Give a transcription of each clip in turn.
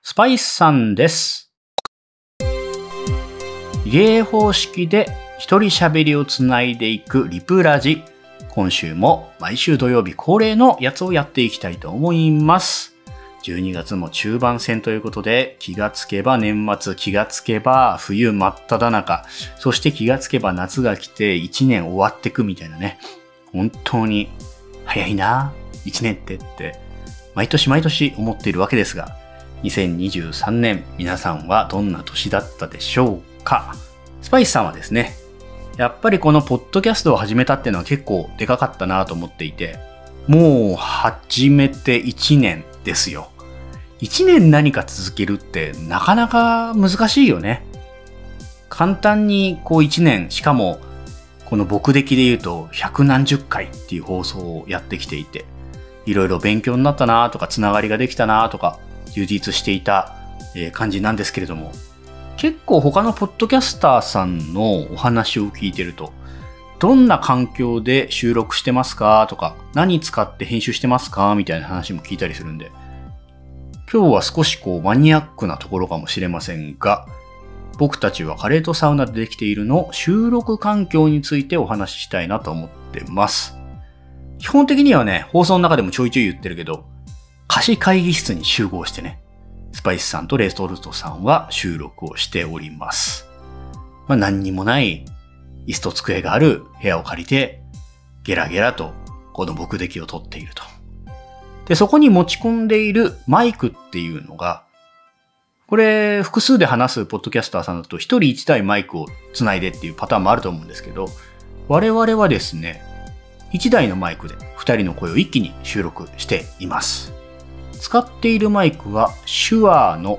スパイスさんです。リレー方式で一人喋りをつないでいくリプラジ。今週も毎週土曜日恒例のやつをやっていきたいと思います。12月も中盤戦ということで、気がつけば年末、気がつけば冬真っ只中、そして気がつけば夏が来て1年終わってくみたいなね。本当に早いな、1年って毎年毎年思っているわけですが、2023年皆さんはどんな年だったでしょうか。スパイスさんはですね、やっぱりこのポッドキャストを始めたっていうのは結構でかかったなと思っていて、もう始めて1年ですよ。1年何か続けるってなかなか難しいよね。簡単にこう1年、しかもこの僕歴で言うと百何十回っていう放送をやってきていて、いろいろ勉強になったなとかつながりができたなとか充実していた感じなんですけれども、結構他のポッドキャスターさんのお話を聞いてると、どんな環境で収録してますかとか、何使って編集してますかみたいな話も聞いたりするんで、今日は少しこうマニアックなところかもしれませんが、僕たちはカレーとサウナでできているの収録環境についてお話ししたいなと思ってます。基本的にはね、放送の中でもちょいちょい言ってるけど、貸し会議室に集合してね、スパイスさんとレトルトさんは収録をしております。何にもない椅子と机がある部屋を借りて、ゲラゲラとこの僕歴を撮っていると。で、そこに持ち込んでいるマイクっていうのが、これ複数で話すポッドキャスターさんだと一人一台マイクをつないでっていうパターンもあると思うんですけど、我々はですね、一台のマイクで二人の声を一気に収録しています。使っているマイクはシュアーの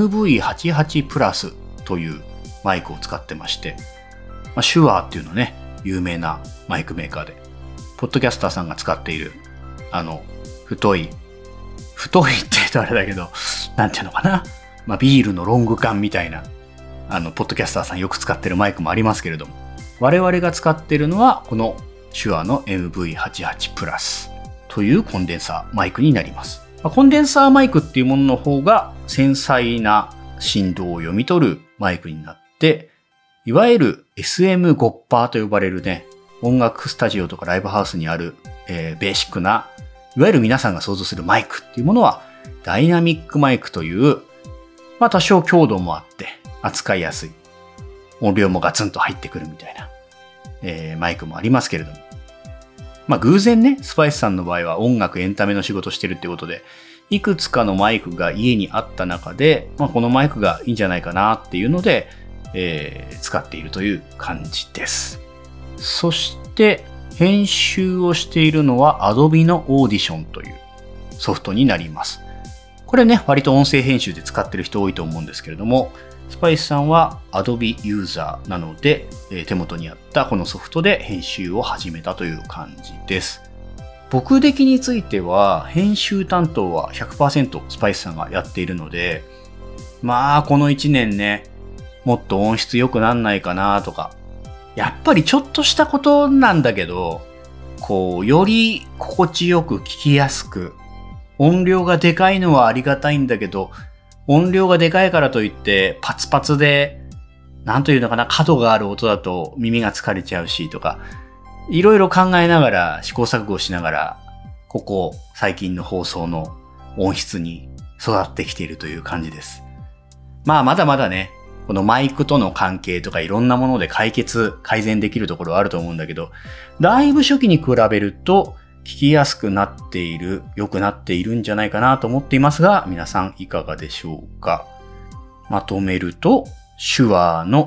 MV88 プラスというマイクを使ってまして、シュアーっていうのはね、有名なマイクメーカーで、ポッドキャスターさんが使っている太いって言うとあれだけど、なんていうのかな、ビールのロング缶みたいなポッドキャスターさんよく使ってるマイクもありますけれども、我々が使っているのはこのシュアーの MV88 プラスというコンデンサーマイクになります。コンデンサーマイクっていうものの方が繊細な振動を読み取るマイクになって、いわゆる SM5% と呼ばれるね、音楽スタジオとかライブハウスにある、ベーシックな、いわゆる皆さんが想像するマイクっていうものはダイナミックマイクという、多少強度もあって扱いやすい、音量もガツンと入ってくるみたいな、マイクもありますけれども、偶然ね、スパイスさんの場合は音楽エンタメの仕事してるってことで、いくつかのマイクが家にあった中で、このマイクがいいんじゃないかなっていうので、使っているという感じです。そして編集をしているのは Adobe の Audition というソフトになります。これね、割と音声編集で使ってる人多いと思うんですけれども、スパイスさんは Adobe ユーザーなので、手元にあったこのソフトで編集を始めたという感じです。僕的については編集担当は 100% スパイスさんがやっているので、この1年ね、もっと音質良くなんないかなとか、やっぱりちょっとしたことなんだけど、より心地よく聞きやすく、音量がでかいのはありがたいんだけど、音量がでかいからといってパツパツで、なんというのかな、角がある音だと耳が疲れちゃうしとか、いろいろ考えながら試行錯誤しながら、ここ最近の放送の音質に育ってきているという感じです。まだまだね、このマイクとの関係とかいろんなもので改善できるところはあると思うんだけど、だいぶ初期に比べると聞きやすくなっている、良くなっているんじゃないかなと思っていますが、皆さんいかがでしょうか。まとめると、シュアーの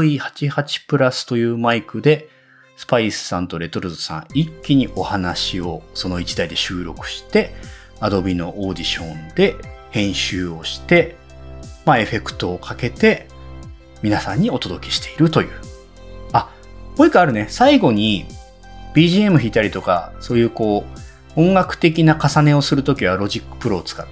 MV88 プラスというマイクで、スパイスさんとレトルトさん一気にお話をその一台で収録して、Adobe のオーディションで編集をして、エフェクトをかけて皆さんにお届けしているという。もう一個あるね。最後に BGM 弾いたりとか、そういう音楽的な重ねをするときは Logic Pro を使って、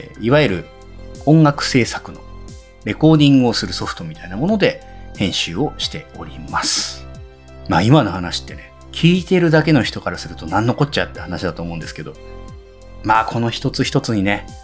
いわゆる音楽制作のレコーディングをするソフトみたいなもので編集をしております。今の話ってね、聞いてるだけの人からすると何のこっちゃって話だと思うんですけど、この一つ一つにね、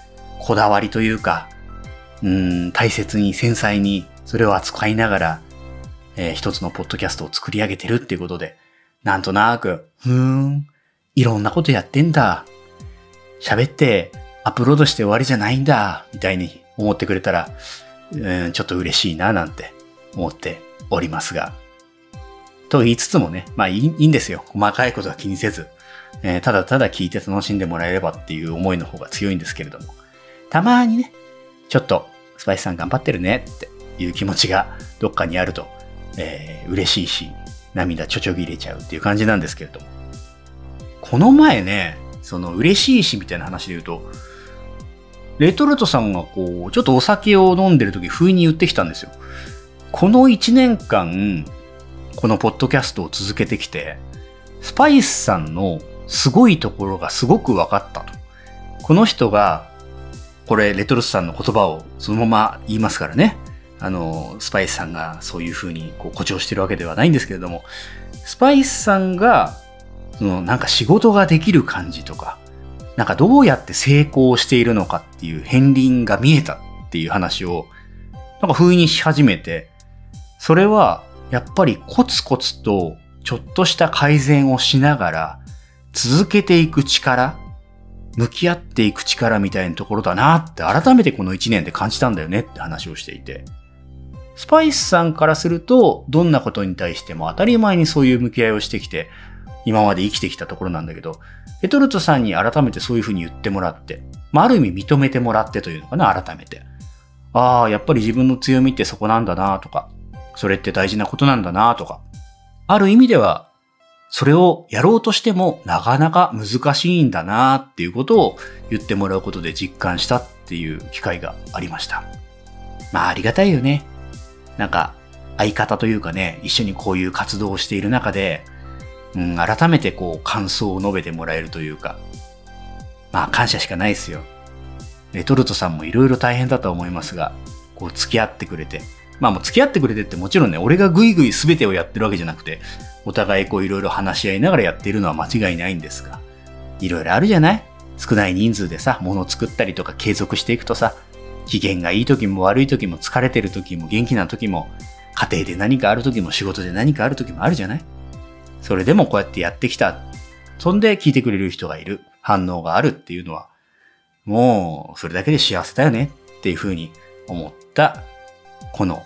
こだわりというか、大切に繊細にそれを扱いながら、一つのポッドキャストを作り上げてるっていうことで、なんとなく、いろんなことやってんだ。喋ってアップロードして終わりじゃないんだ。みたいに思ってくれたら、ちょっと嬉しいななんて思っておりますが。と言いつつもね、まあいいんですよ。細かいことは気にせず、ただただ聞いて楽しんでもらえればっていう思いの方が強いんですけれども。たまにね、ちょっとスパイスさん頑張ってるねっていう気持ちがどっかにあると、嬉しいし、涙ちょちょぎれちゃうっていう感じなんですけれども。この前ね、その嬉しいしみたいな話で言うと、レトルトさんがこう、ちょっとお酒を飲んでる時不意に言ってきたんですよ。この1年間、このポッドキャストを続けてきて、スパイスさんのすごいところがすごく分かったと。この人が、これレトルトさんの言葉をそのまま言いますからね。スパイスさんがそういう風にこう誇張してるわけではないんですけれども、スパイスさんが、なんか仕事ができる感じとか、なんかどうやって成功しているのかっていう片鱗が見えたっていう話を、なんか不意にし始めて、それはやっぱりコツコツとちょっとした改善をしながら続けていく力、向き合っていく力みたいなところだなって改めてこの1年で感じたんだよねって話をしていて、スパイスさんからするとどんなことに対しても当たり前にそういう向き合いをしてきて今まで生きてきたところなんだけど、レトルトさんに改めてそういうふうに言ってもらって、ある意味認めてもらってというのかな、改めて。ああ、やっぱり自分の強みってそこなんだなとか、それって大事なことなんだなとか、ある意味ではそれをやろうとしてもなかなか難しいんだなっていうことを言ってもらうことで実感したっていう機会がありました。まあありがたいよね。なんか相方というかね、一緒にこういう活動をしている中で、改めてこう感想を述べてもらえるというか、まあ感謝しかないですよ。レトルトさんもいろいろ大変だと思いますが、こう付き合ってくれて、まあもう付き合ってくれてってもちろんね、俺がぐいぐい全てをやってるわけじゃなくて、お互いこういろいろ話し合いながらやっているのは間違いないんですが、いろいろあるじゃない？少ない人数でさ、物を作ったりとか継続していくとさ、機嫌がいい時も悪い時も疲れてる時も元気な時も、家庭で何かある時も仕事で何かある時もあるじゃない？それでもこうやってやってきた。そんで聞いてくれる人がいる。反応があるっていうのは、もうそれだけで幸せだよねっていうふうに思った、この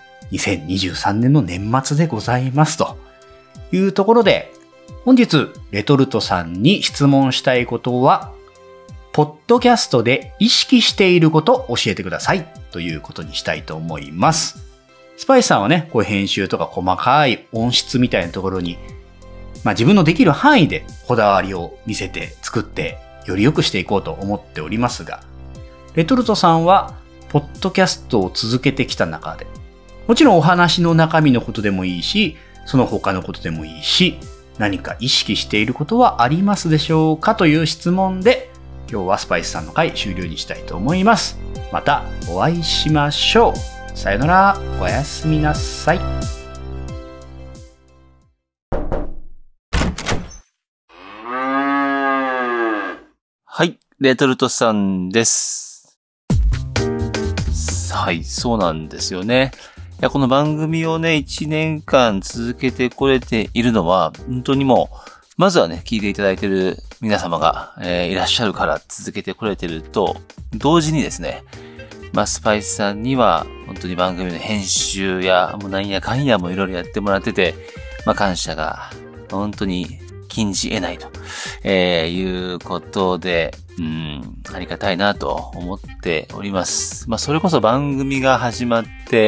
2023年の年末でございますというところで、本日レトルトさんに質問したいことは、ポッドキャストで意識していることを教えてくださいということにしたいと思います。スパイスさんはね、こういう編集とか細かい音質みたいなところに、自分のできる範囲でこだわりを見せて作ってより良くしていこうと思っておりますが、レトルトさんはポッドキャストを続けてきた中で、もちろんお話の中身のことでもいいし、その他のことでもいいし、何か意識していることはありますでしょうかという質問で、今日はスパイスさんの回終了にしたいと思います。またお会いしましょう。さよなら、おやすみなさい。 はい、レトルトさんです。はい、そうなんですよね。いや、この番組をね、1年間続けてこれているのは、本当にもう、まずはね、聞いていただいている皆様が、いらっしゃるから続けてこれてると、同時にですね、スパイスさんには、本当に番組の編集や、もうなんやかんやもいろいろやってもらってて、感謝が、本当に、禁じ得ないと、いうことで、ありがたいなと思っております。それこそ番組が始まって、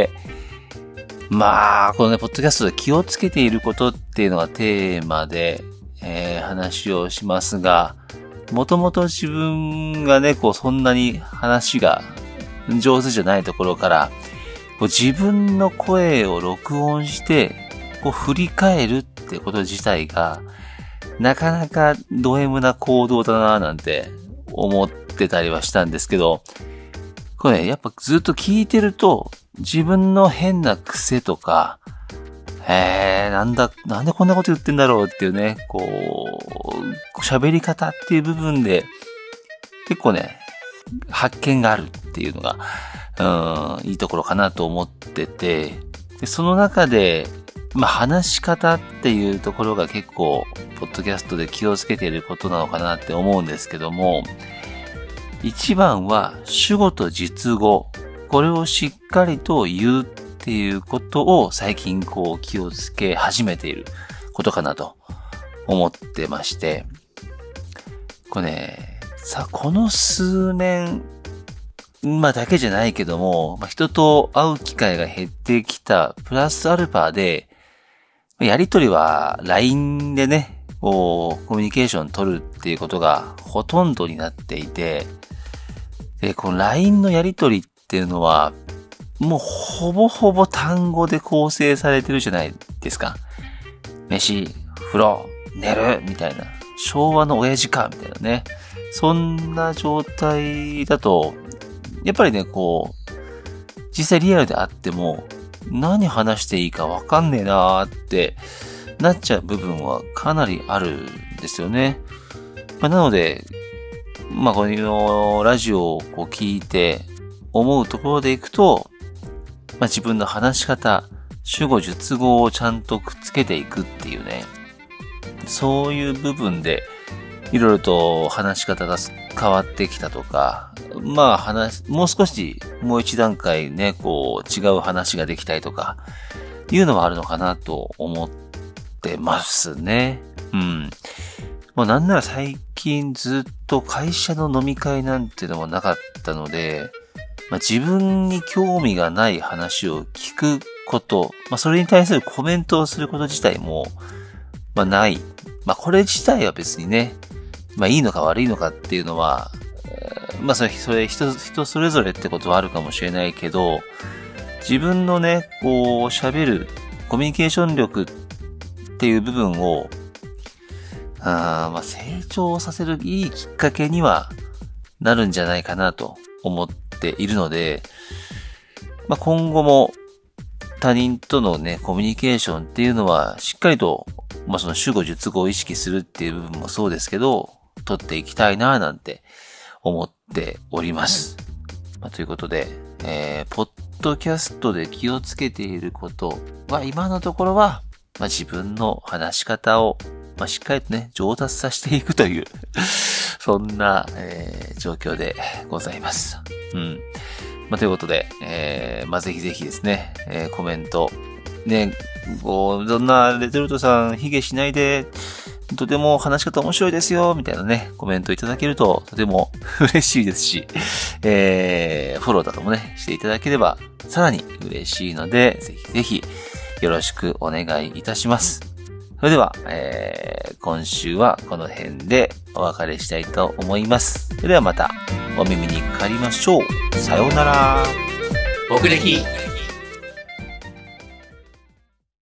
このね、ポッドキャストで気をつけていることっていうのがテーマで、話をしますが、もともと自分がね、そんなに話が上手じゃないところから、自分の声を録音して、振り返るってこと自体が、なかなかド M な行動だなぁなんて思ってたりはしたんですけど、これね、やっぱずっと聞いてると、自分の変な癖とか、なんでこんなこと言ってんだろうっていうね、喋り方っていう部分で、結構ね、発見があるっっていうのが、いいところかなと思ってて、でその中で、話し方っていうところが結構、ポッドキャストで気をつけていることなのかなって思うんですけども、一番は主語と述語、これをしっかりと言うっていうことを最近気をつけ始めていることかなと思ってまして、この数年、だけじゃないけども、人と会う機会が減ってきたプラスアルファで、やりとりは LINE でね、コミュニケーション取るっていうことがほとんどになっていて、で、この LINE のやりとりっていうのは、もうほぼほぼ単語で構成されてるじゃないですか。飯、風呂、寝る、みたいな。昭和の親父か、みたいなね。そんな状態だと、やっぱりね、実際リアルであっても、何話していいかわかんねえなーってなっちゃう部分はかなりあるんですよね。なので、このラジオを聞いて思うところでいくと、自分の話し方、主語、述語をちゃんとくっつけていくっていうね、そういう部分でいろいろと話し方が変わってきたとか、もう少し、もう一段階ね、違う話ができたりとか、いうのはあるのかなと思ってますね。なんなら最近ずっと会社の飲み会なんてのもなかったので、自分に興味がない話を聞くこと、それに対するコメントをすること自体も、ない。これ自体は別にね、いいのか悪いのかっていうのは、それ人それぞれってことはあるかもしれないけど、自分のね、喋る、コミュニケーション力っていう部分を、成長させるいいきっかけにはなるんじゃないかなと思っているので、今後も他人とのね、コミュニケーションっていうのはしっかりと、その主語述語を意識するっていう部分もそうですけど、取っていきたいななんて思っております。ということで、ポッドキャストで気をつけていることは今のところは、自分の話し方を、しっかりとね、上達させていくという、そんな、状況でございます。ということで、ぜひぜひですね、コメント、ね、そんなレトルトさん、卑下しないで、とても話し方面白いですよ、みたいなね、コメントいただけるととても嬉しいですし、フォローだともね、していただければさらに嬉しいので、ぜひぜひよろしくお願いいたします。それでは、今週はこの辺でお別れしたいと思います。それではまたお耳にかかりましょう。さようなら。 僕歴